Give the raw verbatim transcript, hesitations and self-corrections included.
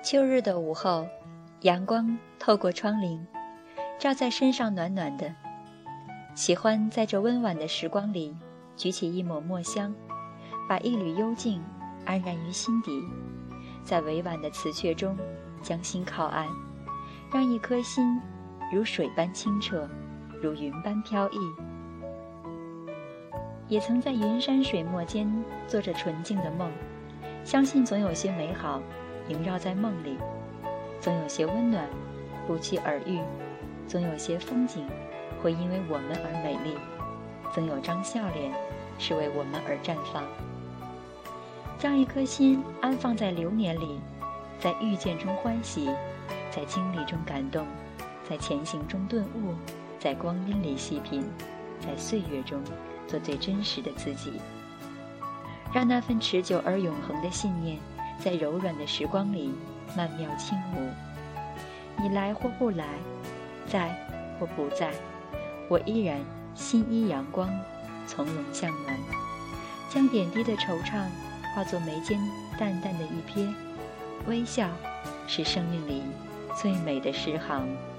秋日的午后，阳光透过窗棂，照在身上暖暖的。喜欢在这温婉的时光里，举起一抹墨香，把一缕幽静安然于心底，在委婉的词阙中将心靠岸，让一颗心如水般清澈，如云般飘逸。也曾在云山水墨间做着纯净的梦，相信总有些美好萦绕在梦里，总有些温暖不期而遇，总有些风景会因为我们而美丽，总有张笑脸是为我们而绽放。将一颗心安放在流年里，在遇见中欢喜，在经历中感动，在前行中顿悟，在光阴里细品，在岁月中做最真实的自己。让那份持久而永恒的信念在柔软的时光里曼妙轻舞。你来或不来，在或不在，我依然心依阳光，从容向暖，将点滴的惆怅化作眉间淡淡的一瞥。微笑是生命里最美的诗行。